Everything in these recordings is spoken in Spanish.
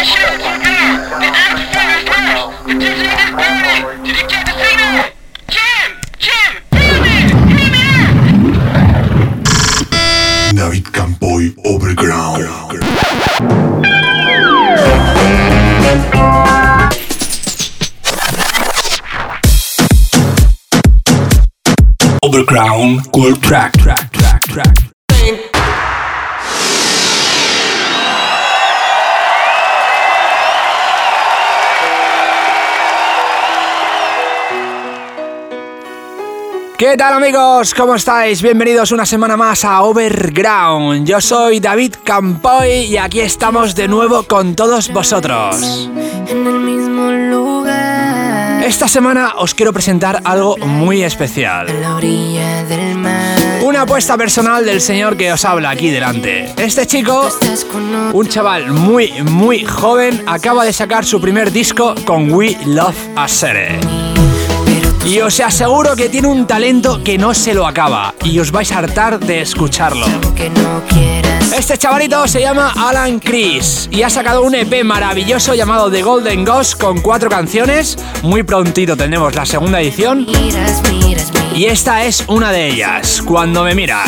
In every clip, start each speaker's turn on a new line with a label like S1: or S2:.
S1: David Campoy Overground. Overground Cool Track.
S2: ¿Qué tal, amigos? ¿Cómo estáis? Bienvenidos una semana más a Overground. Yo soy David Campoy y aquí estamos de nuevo con todos vosotros.
S3: En el mismo lugar.
S2: Esta semana os quiero presentar algo muy especial.
S3: A la orilla del mar.
S2: Una apuesta personal del señor que os habla aquí delante. Este chico, un chaval muy joven, acaba de sacar su primer disco con We Love Asere. Y os aseguro que tiene un talento que no se lo acaba y os vais a hartar de escucharlo. Este chavalito se llama Alan Chris y ha sacado un EP maravilloso llamado The Golden Ghost con 4 canciones. Muy prontito tendremos la segunda edición. Y esta es una de ellas, Cuando me miras.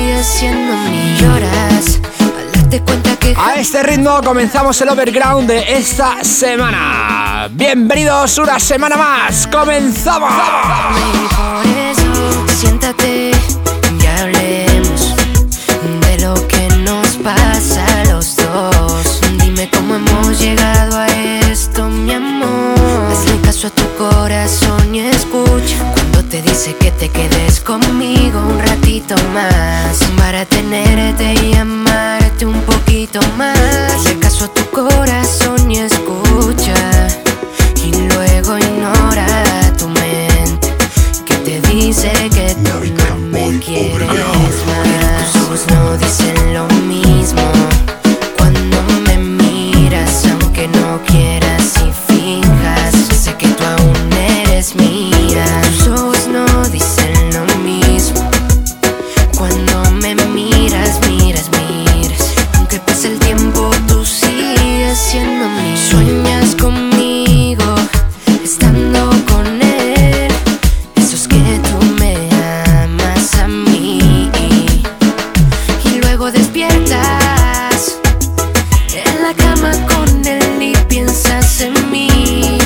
S2: A este ritmo comenzamos el Overground de esta semana. Bienvenidos una semana más. ¡Comenzamos!
S3: Por eso, siéntate y hablemos de lo que nos pasa a los dos. Dime cómo hemos llegado a esto, mi amor. Hazle caso a tu corazón y escucha cuando te dice que te quedes conmigo un ratito más, para tenerte y amarte un poquito más. Hazle caso a tu corazón y escucha, y luego ignora tu mente que te dice que tú no me quieres más. Tus ojos no dicen lo mismo cuando me miras, aunque no quieras y finjas. Sé que tú aún eres mía. Tus ojos no dicen lo mismo cuando me miras, miras. Aunque pase el tiempo, tú sigues siendo mía. Sueñas conmigo estando con él. Eso es que tú me amas a mí. Y luego despiertas en la cama con él y piensas en mí,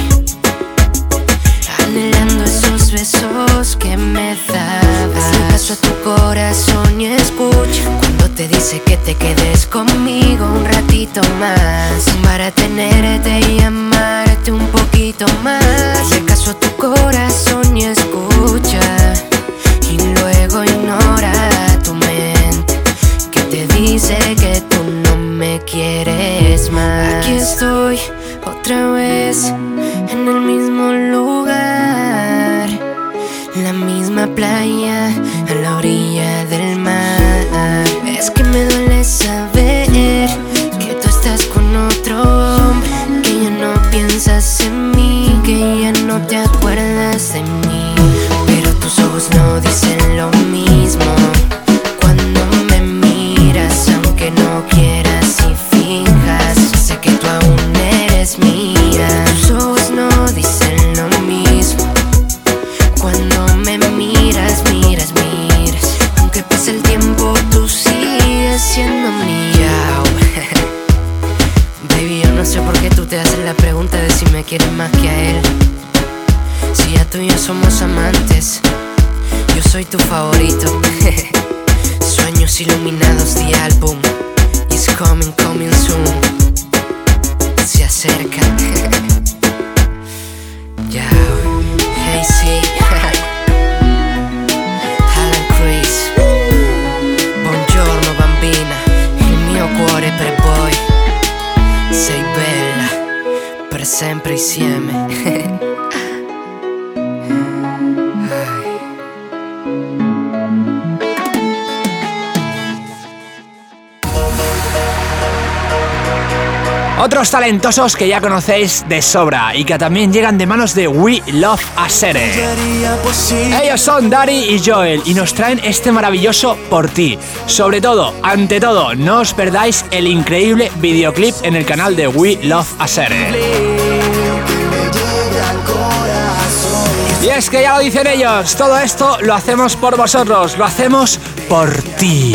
S3: anhelando esos besos que me dabas. Hazle caso a tu corazón y escucha cuando te dice que te quedes conmigo un ratito más, para tenerte y amarte un poquito más. Hazle caso a tu corazón y escucha, y luego ignora tu mente que te dice que tú no me quieres más. Aquí estoy otra vez en el mismo lugar, la misma playa a la orilla del mar. Es que me duele saber que tú estás con otro hombre, que ya no piensas en mí, que ya no te acuerdas de mí. Pero tus ojos no dicen lo mismo cuando me miras, aunque no quieras y finjas. Sé que tú aún eres mía. Tus ojos no dicen lo mismo cuando me miras, miras. Aunque pase el tiempo, tú sigues siendo mía. Baby, yo no sé por qué tú te haces la pregunta de si me quieres más que a él. Si ya tú y yo somos amantes, yo soy tu favorito. Sueños iluminados, the album is coming soon. Se acerca. Ya, hey, sí. Alan Chris, buongiorno bambina, il mio cuore per voi. Sei bella, per sempre insieme.
S2: Otros talentosos que ya conocéis de sobra y que también llegan de manos de We Love Asere. Ellos son Daddy y Joel y nos traen este maravilloso Por Ti. Sobre todo, ante todo, no os perdáis el increíble videoclip en el canal de We Love Asere. Y es que ya lo dicen ellos, todo esto lo hacemos por vosotros, lo hacemos por ti.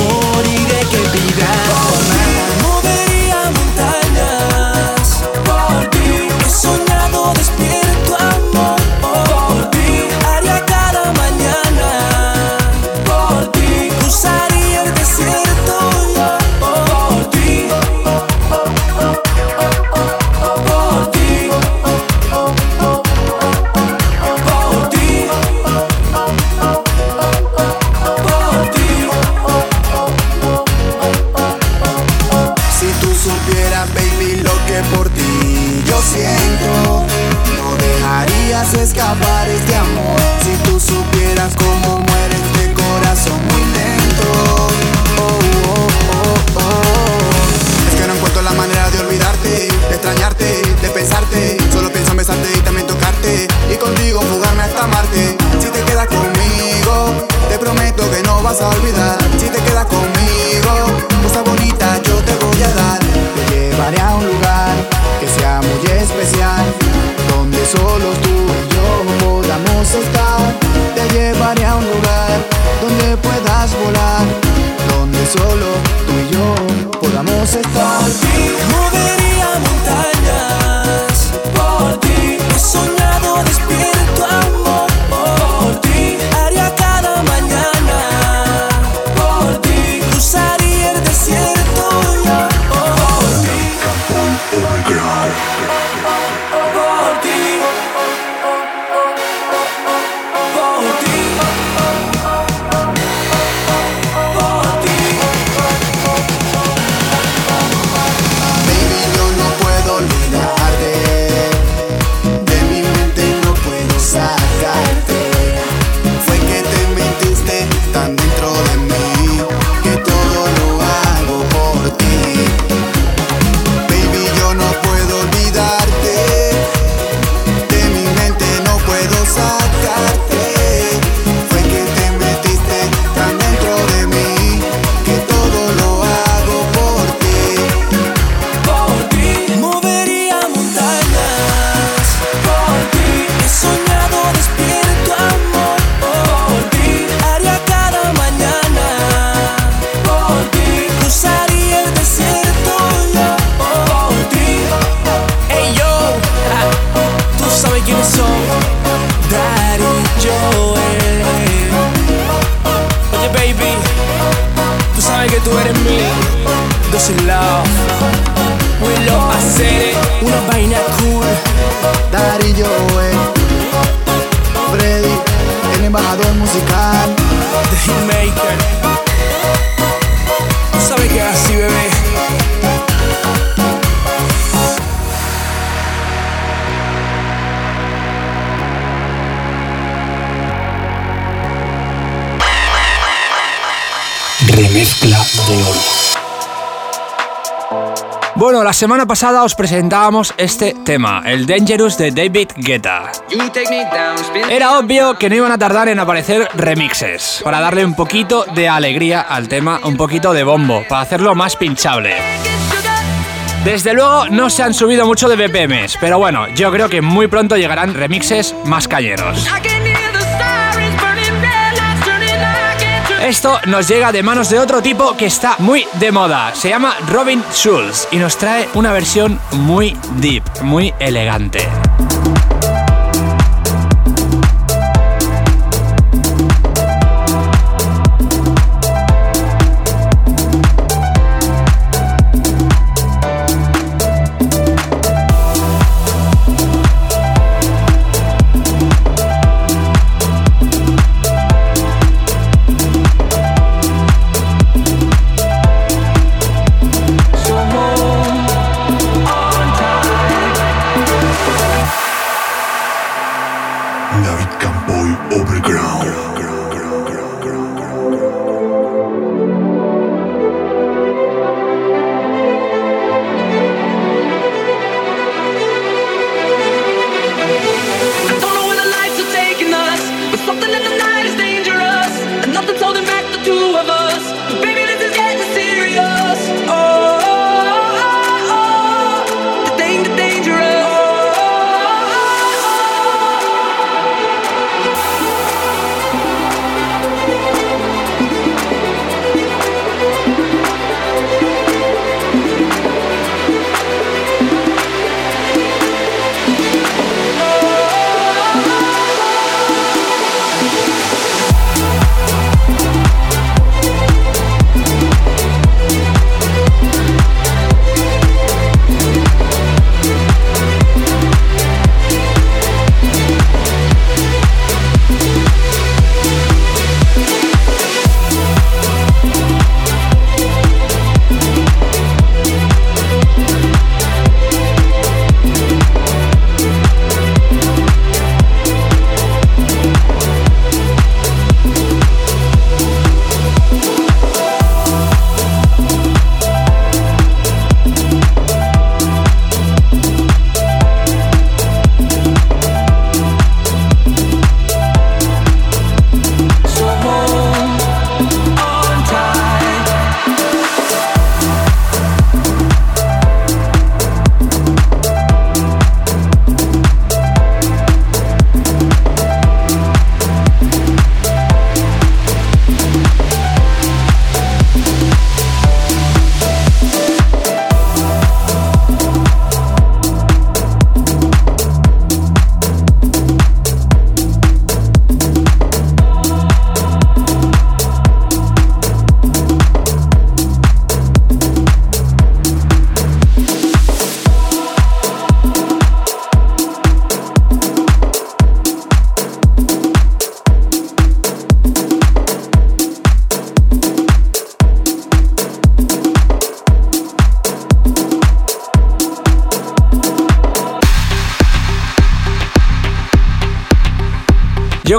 S4: Movería montañas por ti, he soñado despierto amor por ti, haría cada mañana por ti, cruzaría el desierto yo por ti, por ti, por ti, por ti. Si tú supieras, baby, lo que por ti yo siento, no dejarías escapar este amor. Si tú supieras cómo muere este corazón muy lento. Oh, oh, oh, oh. Es que no encuentro la manera de olvidarte, de extrañarte, de pensarte. Solo pienso en besarte y también tocarte, y contigo fugarme hasta Marte. Si te quedas conmigo, te prometo que no vas a olvidar. Si te quedas conmigo, cosa bonita yo te voy a dar. Te llevaré a un lugar que sea muy especial, donde solo tú y yo podamos estar. Te llevaré a un lugar donde puedas volar, donde solo tú y yo podamos estar. Por ti movería montañas, por ti he soñado despierto amor, por ti haría cada mañana, por ti cruzaría el desierto yo, por ti,
S1: Overground.
S4: por ti, por ti, por ti. Baby, yo no puedo olvidarte, de mi mente no puedo sacarte. Fue que te metiste tan dentro de mí, que todo lo hago por ti. Baby, yo no puedo olvidarte, de mi mente no puedo sacarte. Fue que te metiste tan dentro de mí, que todo lo hago por ti. Por ti movería montañas, por ti he soñado despierto amor, por ti haría cada mañana, por ti cruzaría el desierto yo, por ti. Hey yo, tú sabes quiénes son, Daddy Joel. Oye baby, tú sabes que tú eres mi Dos in Love, We Love Asere, una vaina cool. Daddy Joel, Freddy, el embajador musical, The Hitmaker. Tú sabes que es así, bebé.
S1: Remezcla de hoy.
S2: Bueno, la semana pasada os presentábamos este tema, el Dangerous de David Guetta. Era obvio que no iban a tardar en aparecer remixes, para darle un poquito de alegría al tema, un poquito de bombo, para hacerlo más pinchable. Desde luego no se han subido mucho de BPMs, pero bueno, yo creo que muy pronto llegarán remixes más cañeros. Esto nos llega de manos de otro tipo que está muy de moda. Se llama Robin Schulz y nos trae una versión muy deep, muy elegante.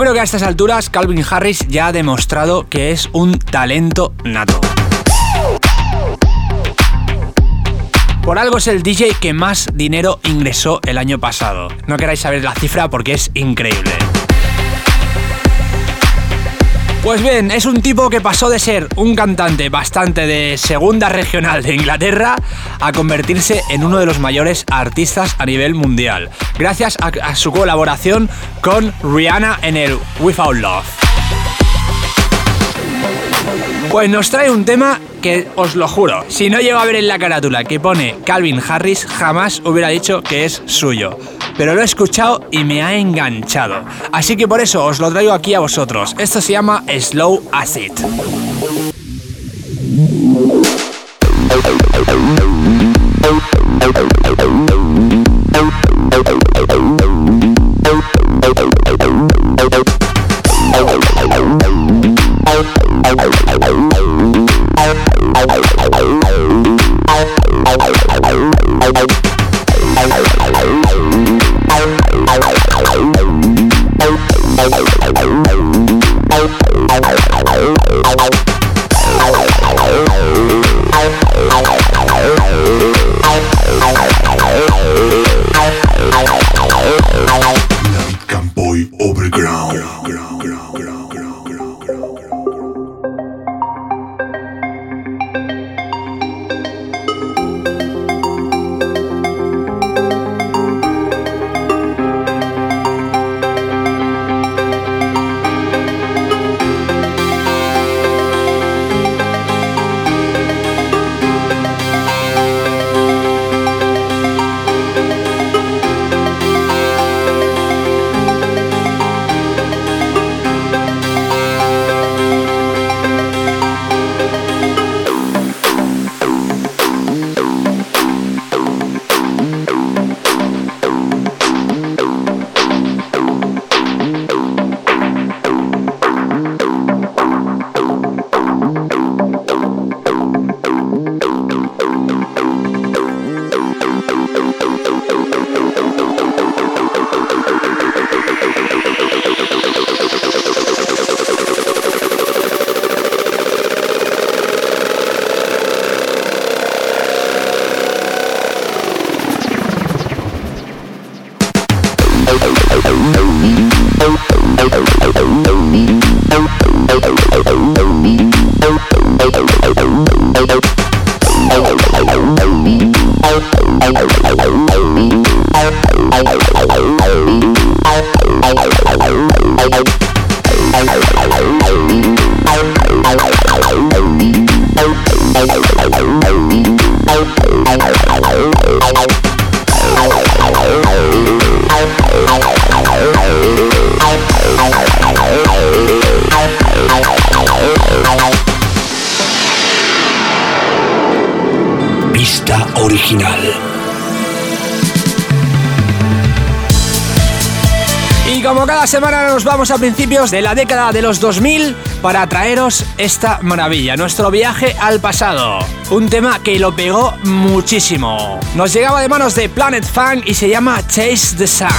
S2: creo que a estas alturas Calvin Harris ya ha demostrado que es un talento nato. Por algo es el DJ que más dinero ingresó el año pasado. No queráis saber la cifra porque es increíble. Pues bien, es un tipo que pasó de ser un cantante bastante de segunda regional de Inglaterra a convertirse en uno de los mayores artistas a nivel mundial, gracias a su colaboración con Rihanna en el Without Love. Pues nos trae un tema que, os lo juro, si no llego a ver en la carátula que pone Calvin Harris, jamás hubiera dicho que es suyo. Pero lo he escuchado y me ha enganchado. Así que por eso os lo traigo aquí a vosotros. Esto se llama Slow Acid.
S1: Camboy Overground. Pista original.
S2: Y como cada semana nos vamos a principios de la década de los 2000 para traeros esta maravilla, nuestro viaje al pasado. Un tema que lo pegó muchísimo. Nos llegaba de manos de Planet Funk y se llama Chase the Sun.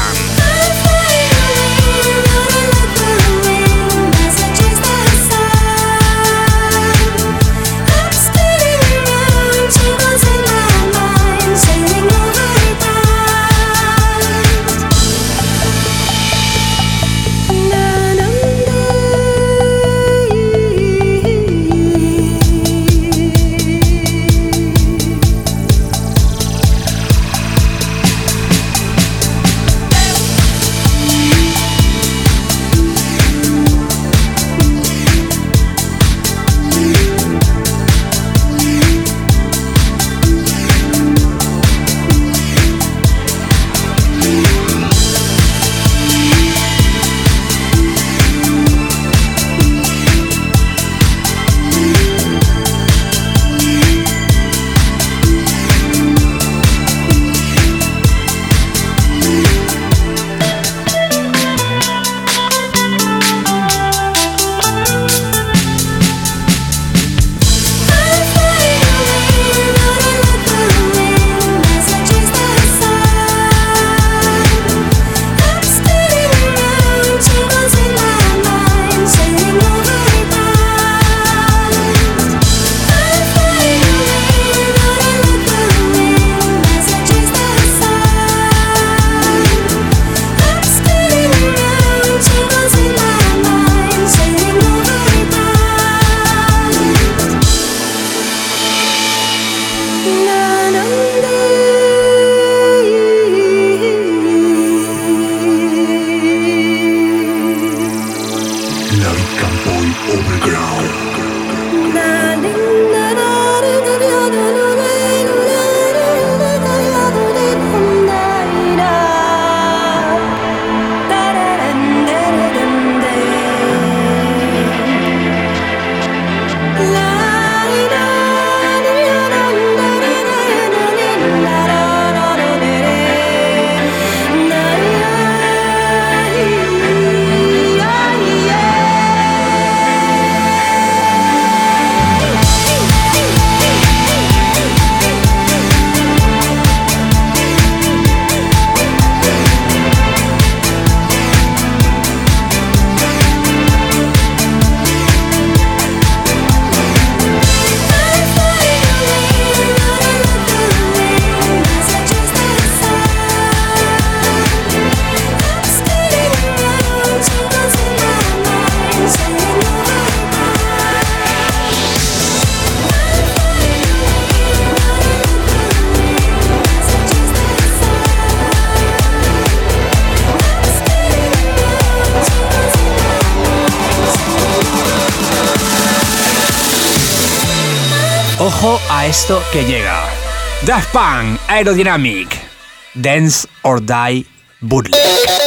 S2: ojo a esto que llega. Daft Punk, Aerodynamic, Dance or Die Bootleg.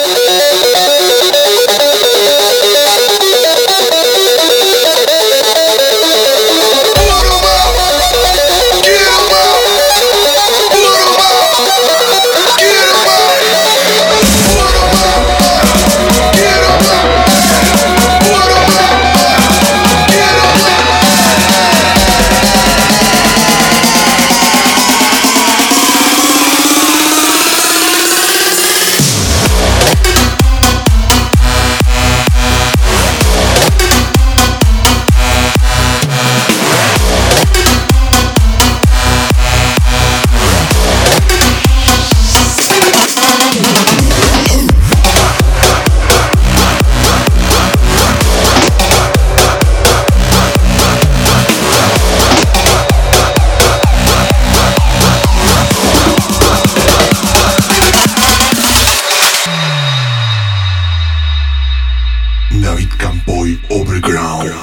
S1: David Campoy Overground.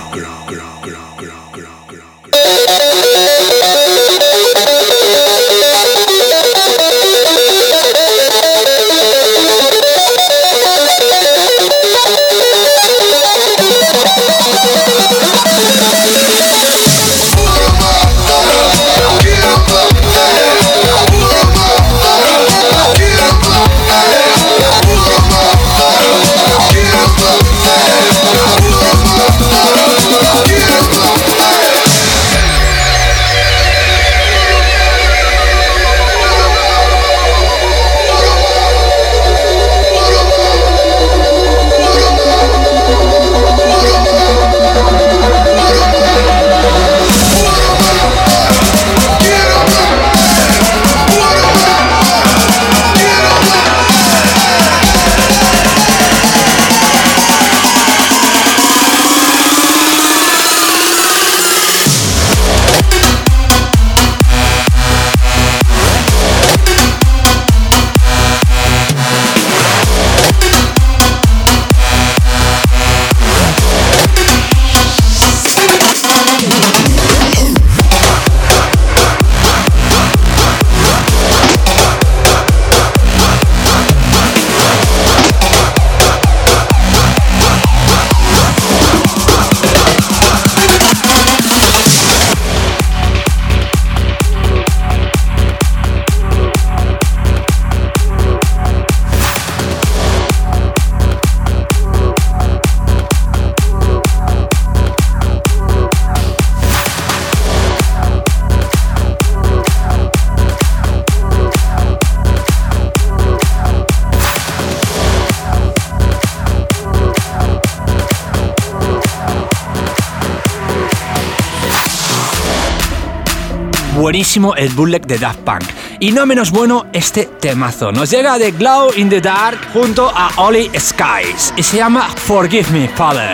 S2: Buenísimo el bootleg de Daft Punk. Y no menos bueno este temazo. Nos llega de Glow in the Dark junto a Oli Skies. Y se llama Forgive Me, Father.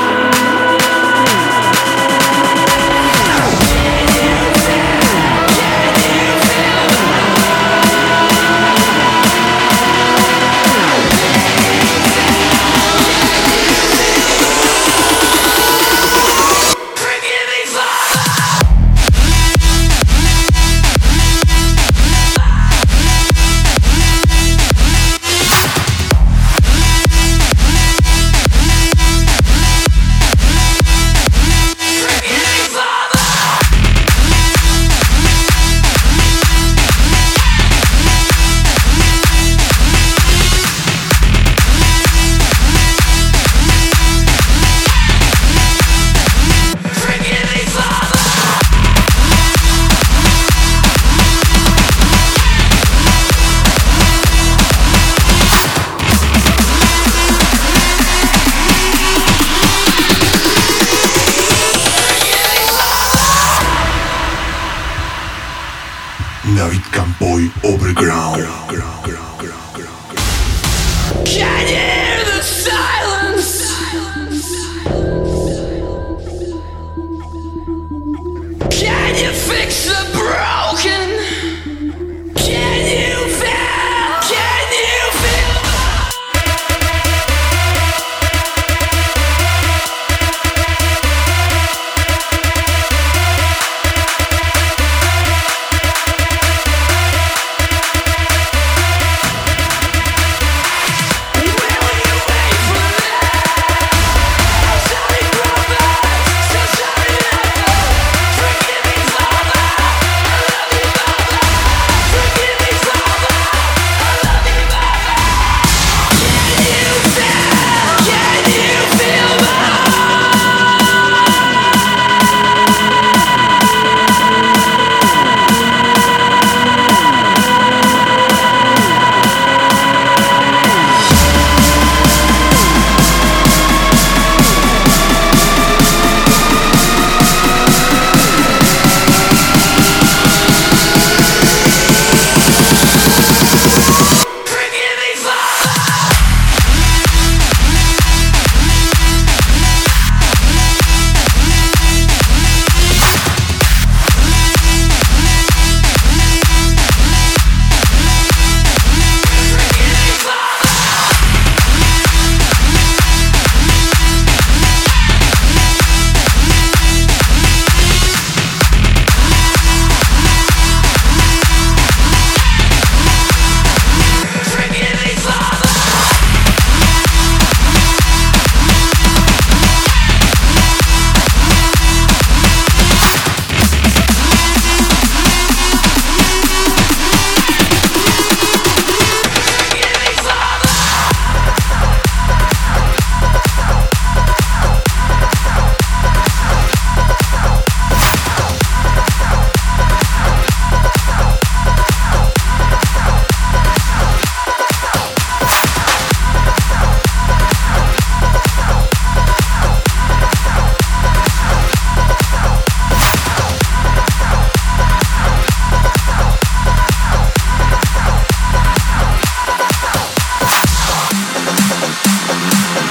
S1: David Campoy Overground.
S5: Can you hear the silence? Can you fix the broken? Can you feel? Can you feel?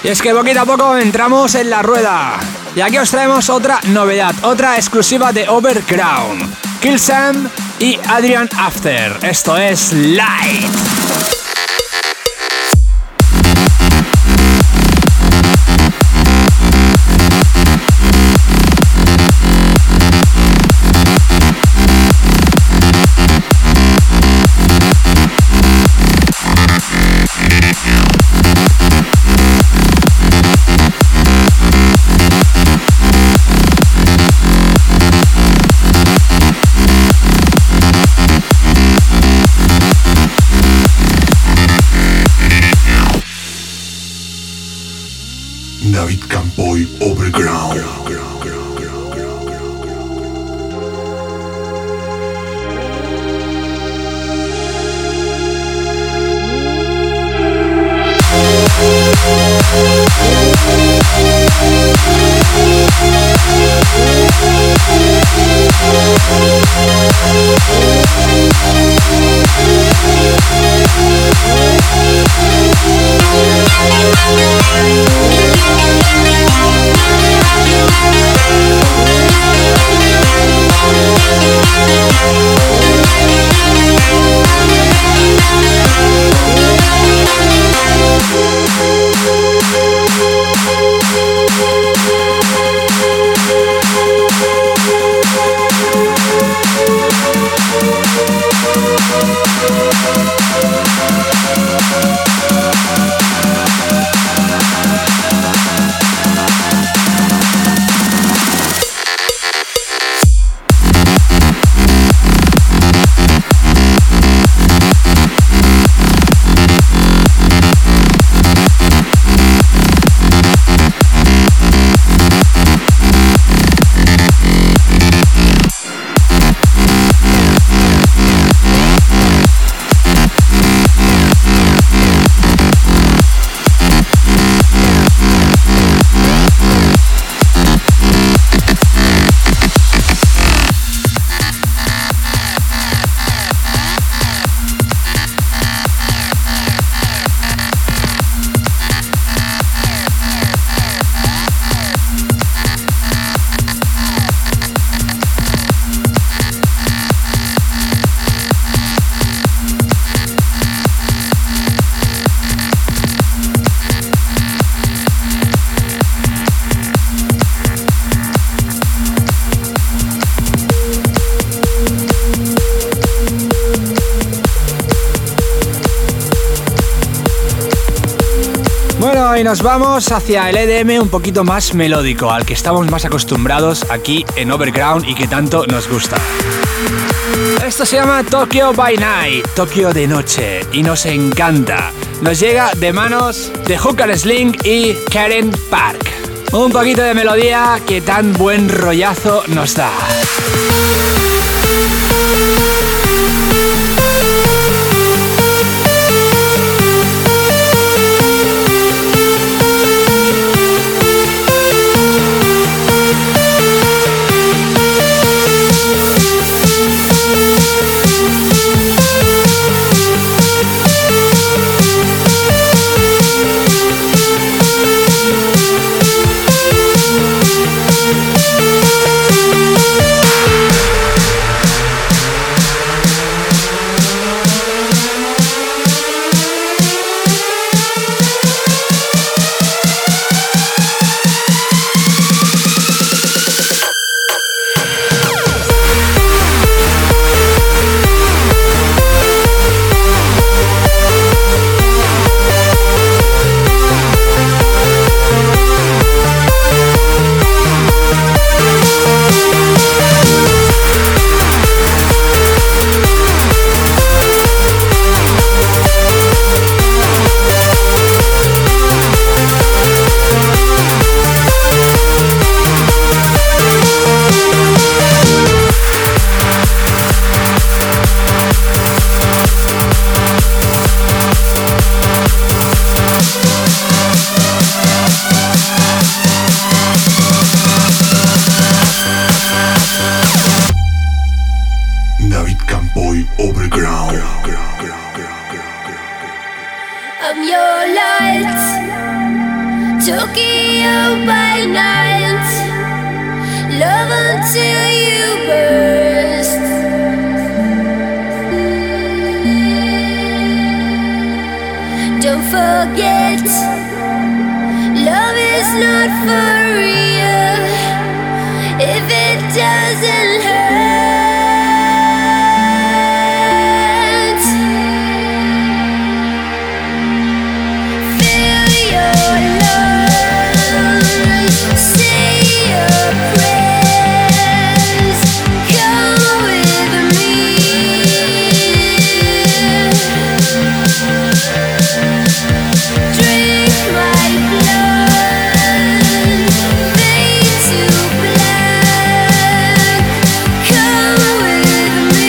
S2: Y es que poquito a poco entramos en la rueda. Y aquí os traemos otra novedad, otra exclusiva de Overground. Kill Sam y Adrian After. Esto es Light.
S1: David Campoy, Overground.
S2: Y nos vamos hacia el EDM un poquito más melódico, al que estamos más acostumbrados aquí en Overground y que tanto nos gusta. Esto se llama Tokyo by Night, Tokio de noche, y nos encanta. Nos llega de manos de Hooker Sling y Karen Park. Un poquito de melodía que tan buen rollazo nos da.
S3: I'm your light, Tokyo by night, love until you burst. Don't forget, love is not for real if it doesn't hurt. Feel your lungs, say your prayers, come with me. Drink my blood, fade to black, come with me.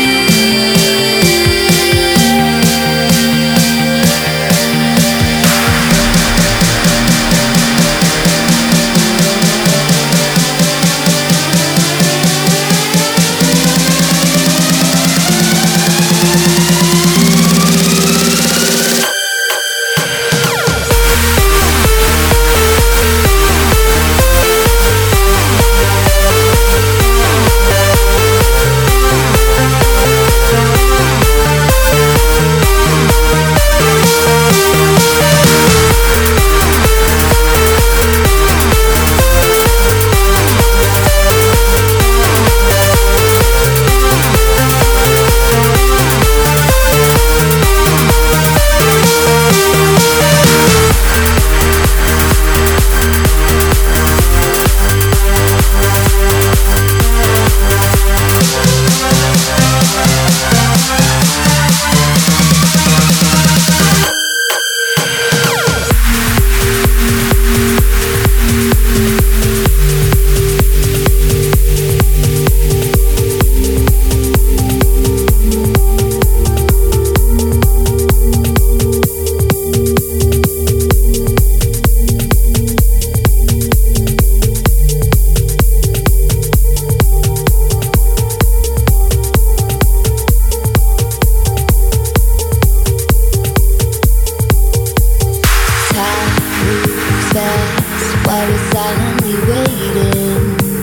S3: While we're silently waiting,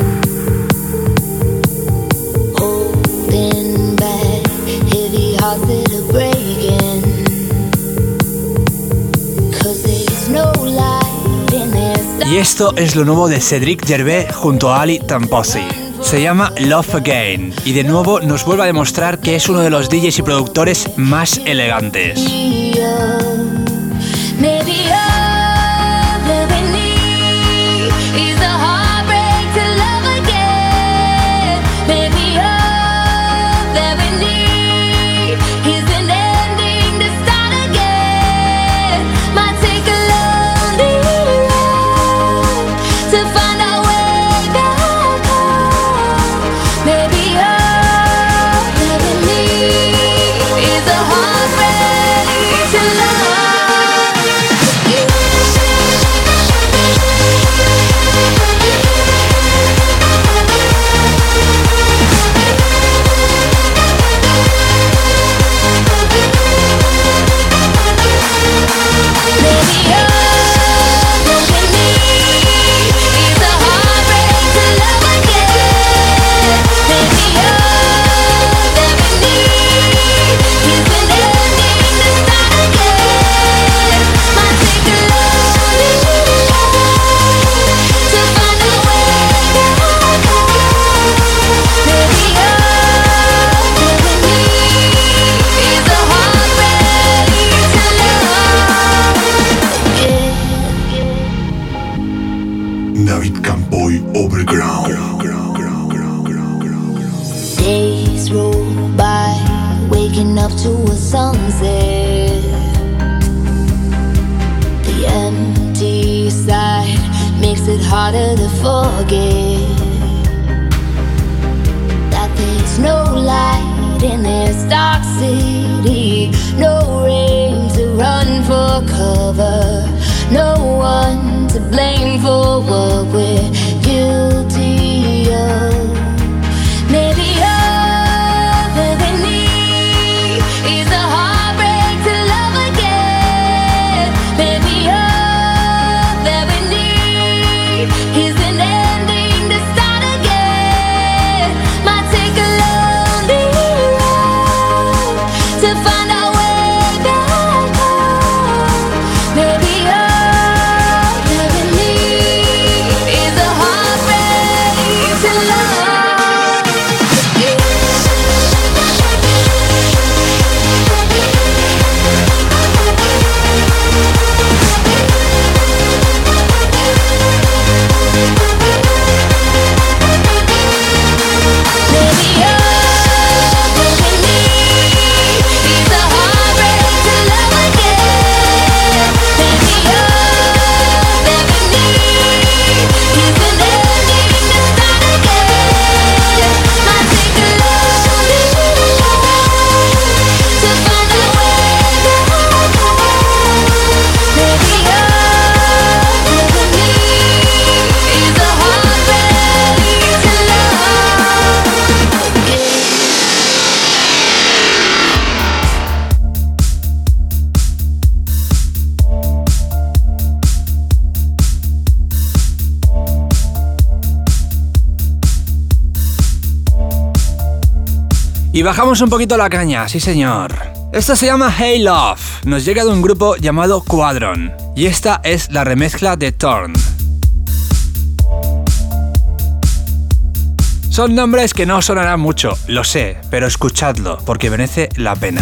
S3: holding back heavy hearts that are breaking. 'Cause there's no light in their
S2: Y esto es lo nuevo de Cédric Gervais junto a Ali Tamposi. Se llama Love Again y de nuevo nos vuelve a demostrar que es uno de los DJs y productores más elegantes.
S3: Maybe all that we need is a heartbreak to love again. Maybe all that we need is an ending to start again. Might take a lonely road to find our way back home. Maybe all that we need is a heartbreak to love.
S1: David Campoy Overground.
S3: Days roll by, waking up to a sunset. The empty side makes it harder to forget that there's no light in this dark city, no rain to run for cover, no one to blame for what we're guilty of. Maybe all that we need is a heartbreak to love again. Maybe all that we need
S2: Y bajamos un poquito la caña, sí señor. Esto se llama Hey Love, nos llega de un grupo llamado Quadron, y esta es la remezcla de Torn. Son nombres que no sonarán mucho, lo sé, pero escuchadlo, porque merece la pena.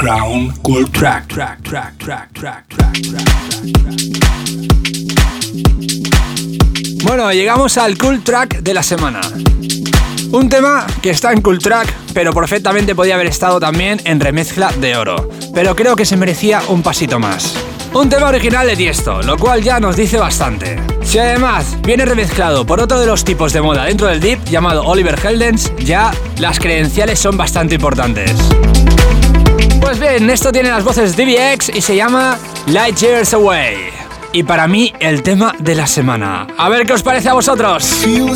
S1: Overground Cool Track.
S2: Bueno, llegamos al Cool Track de la semana. Un tema que está en Cool Track, pero perfectamente podía haber estado también en Remezcla de Oro. Pero creo que se merecía un pasito más. Un tema original de Tiesto, lo cual ya nos dice bastante. Si además viene remezclado por otro de los tipos de moda dentro del Deep, llamado Oliver Heldens, ya las credenciales son bastante importantes. Pues bien, esto tiene las voces de DBX y se llama Light Years Away. Y para mí, el tema de la semana. A ver qué os parece a vosotros.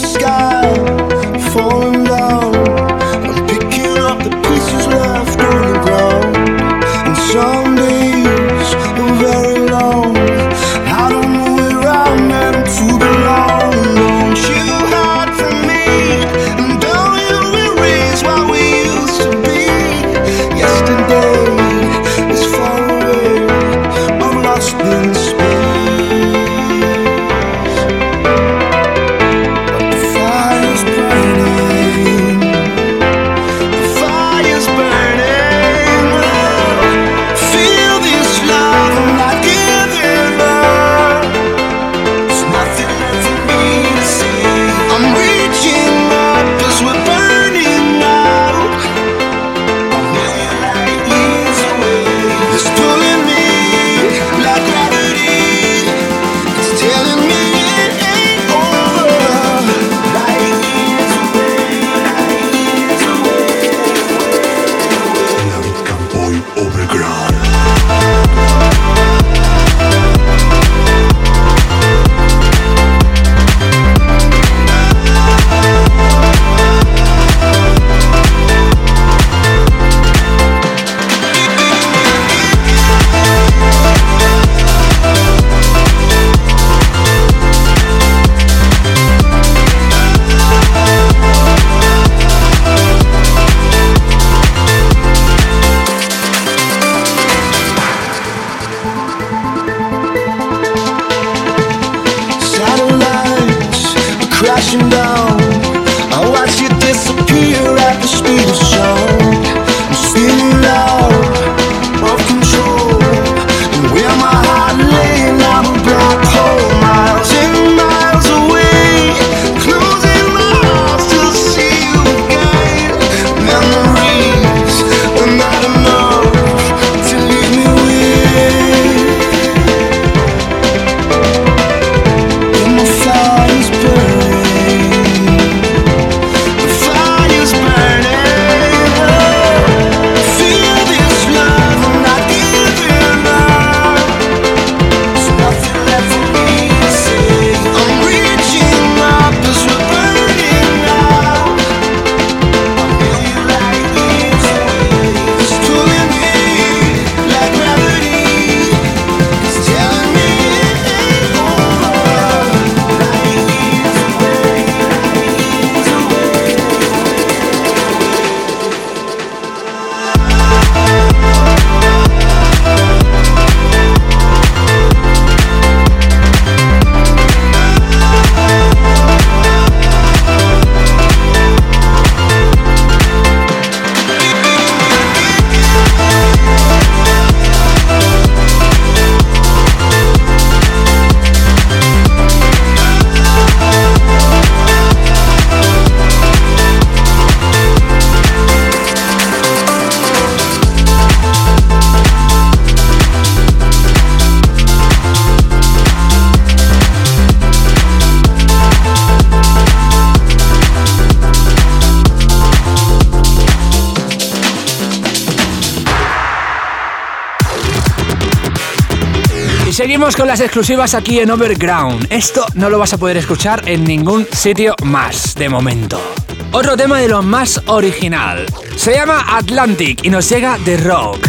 S2: Seguimos con las exclusivas aquí en Overground. Esto no lo vas a poder escuchar en ningún sitio más, de momento. Otro tema de lo más original. Se llama Atlantic y nos llega de Rock.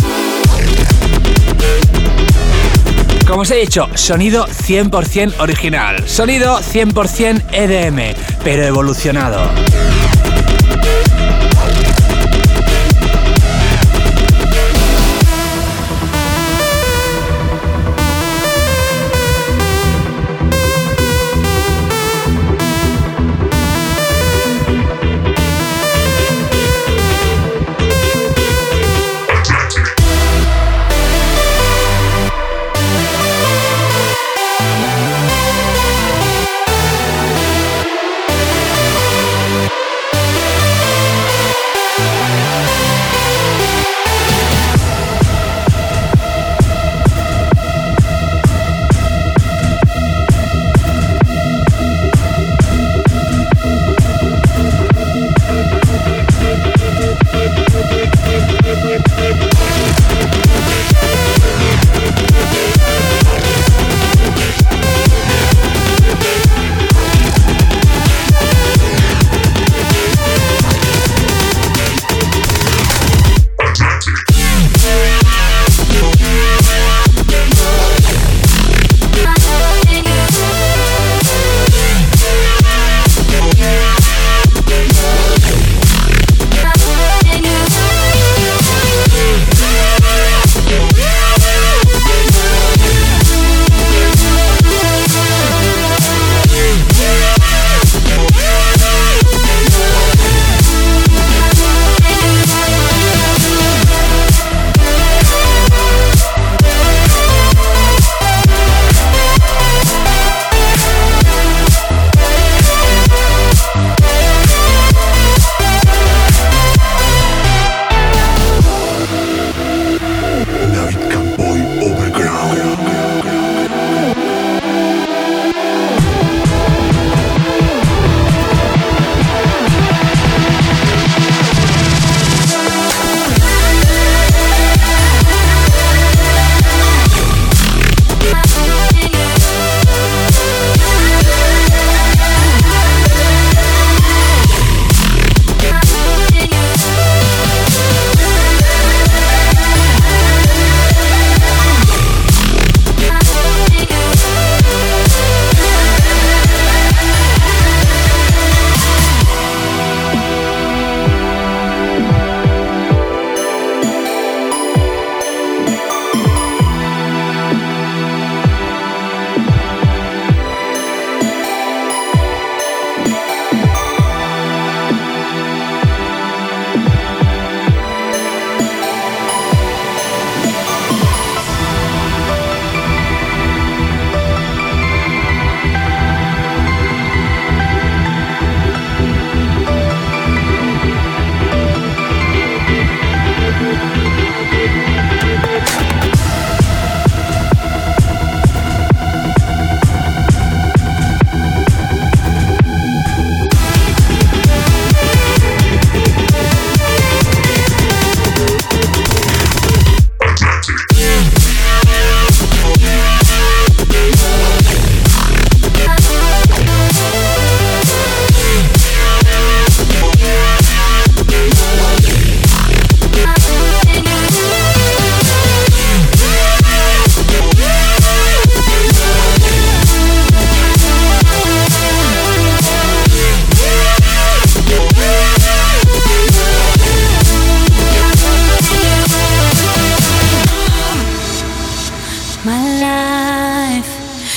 S2: Como os he dicho, sonido 100% original. Sonido 100% EDM, pero evolucionado.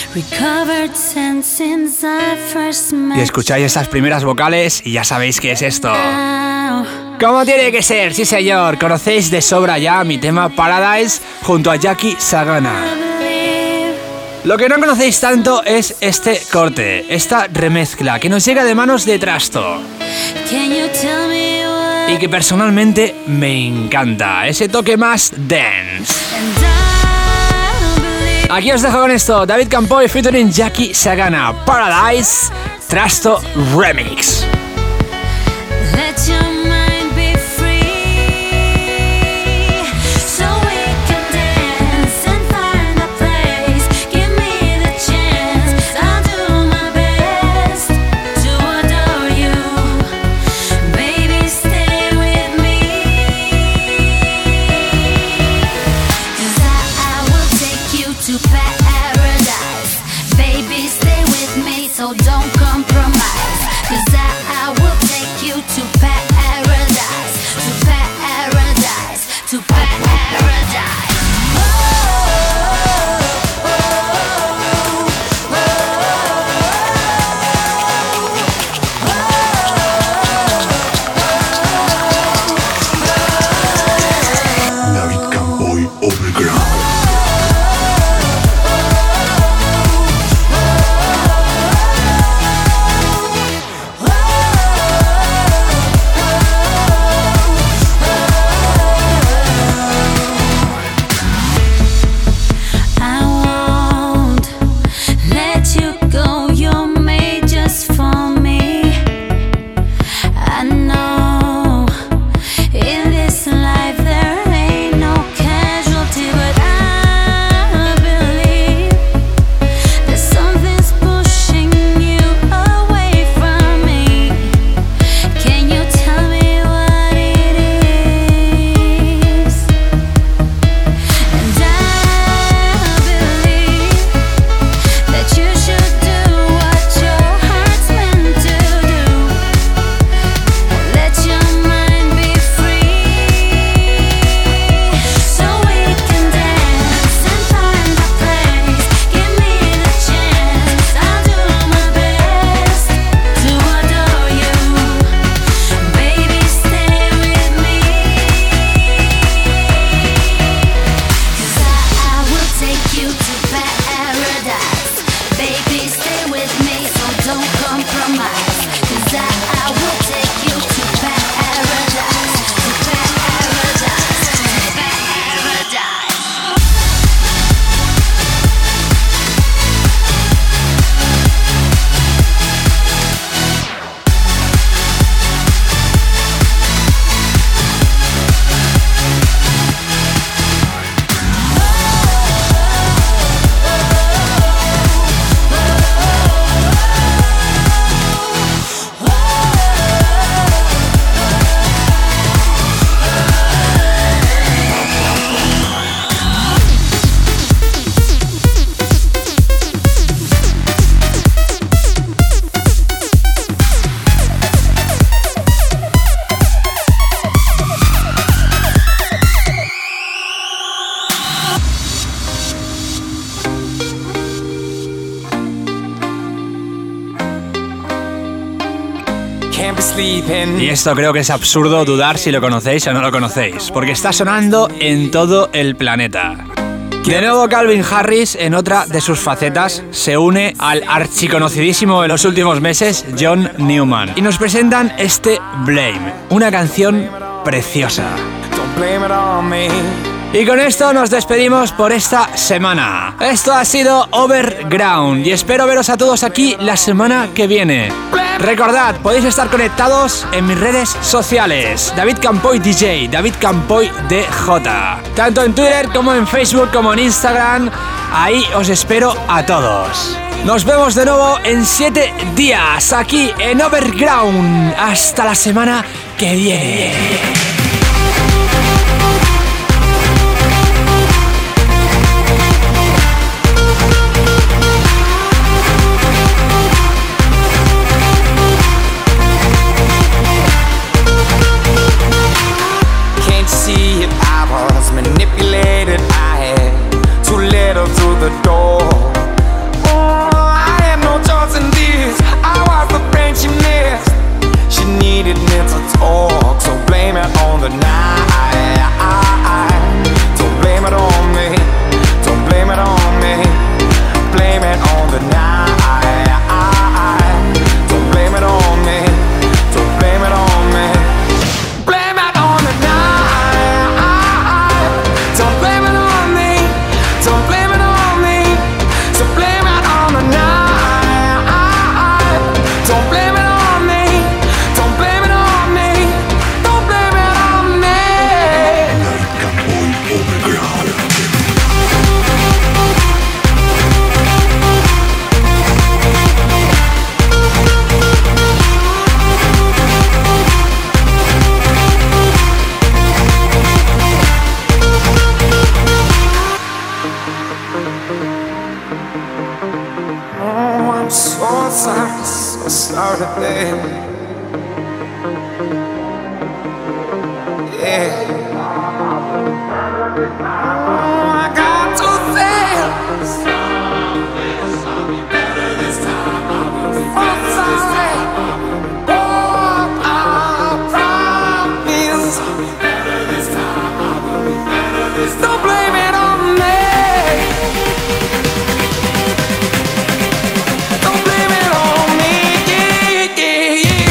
S2: Y escucháis estas primeras vocales y ya sabéis qué es esto. ¿Cómo tiene que ser? Sí, señor. Conocéis de sobra ya mi tema Paradise junto a Jackie Sagana. Lo que no conocéis tanto es este corte, esta remezcla que nos llega de manos de Trasto. Y que personalmente me encanta, ese toque más dance. Aquí os dejo con esto, David Campoy featuring Jackie Sagana, Paradise, Trasto Remix. Y esto creo que es absurdo dudar si lo conocéis o no lo conocéis, porque está sonando en todo el planeta. De nuevo Calvin Harris, en otra de sus facetas, se une al archiconocidísimo de los últimos meses, John Newman. Y nos presentan este Blame, una canción preciosa. Y con esto nos despedimos por esta semana. Esto ha sido Overground y espero veros a todos aquí la semana que viene. Recordad, podéis estar conectados en mis redes sociales. David Campoy DJ, David Campoy DJ. Tanto en Twitter como en Facebook como en Instagram. Ahí os espero a todos. Nos vemos de nuevo en 7 días aquí en Overground. Hasta la semana que viene.
S6: Manipulated, I had too little through the door.
S4: so sorry, baby. Yeah. I got two things. I'm sorry. Oh, I promise. Don't blame it on me. Don't blame it on me. Yeah, yeah, yeah.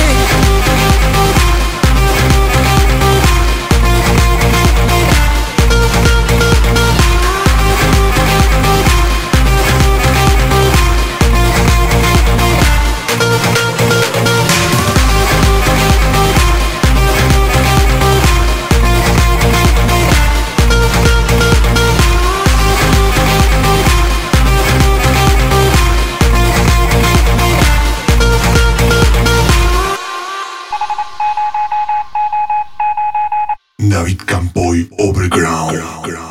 S1: David Campoy Overground.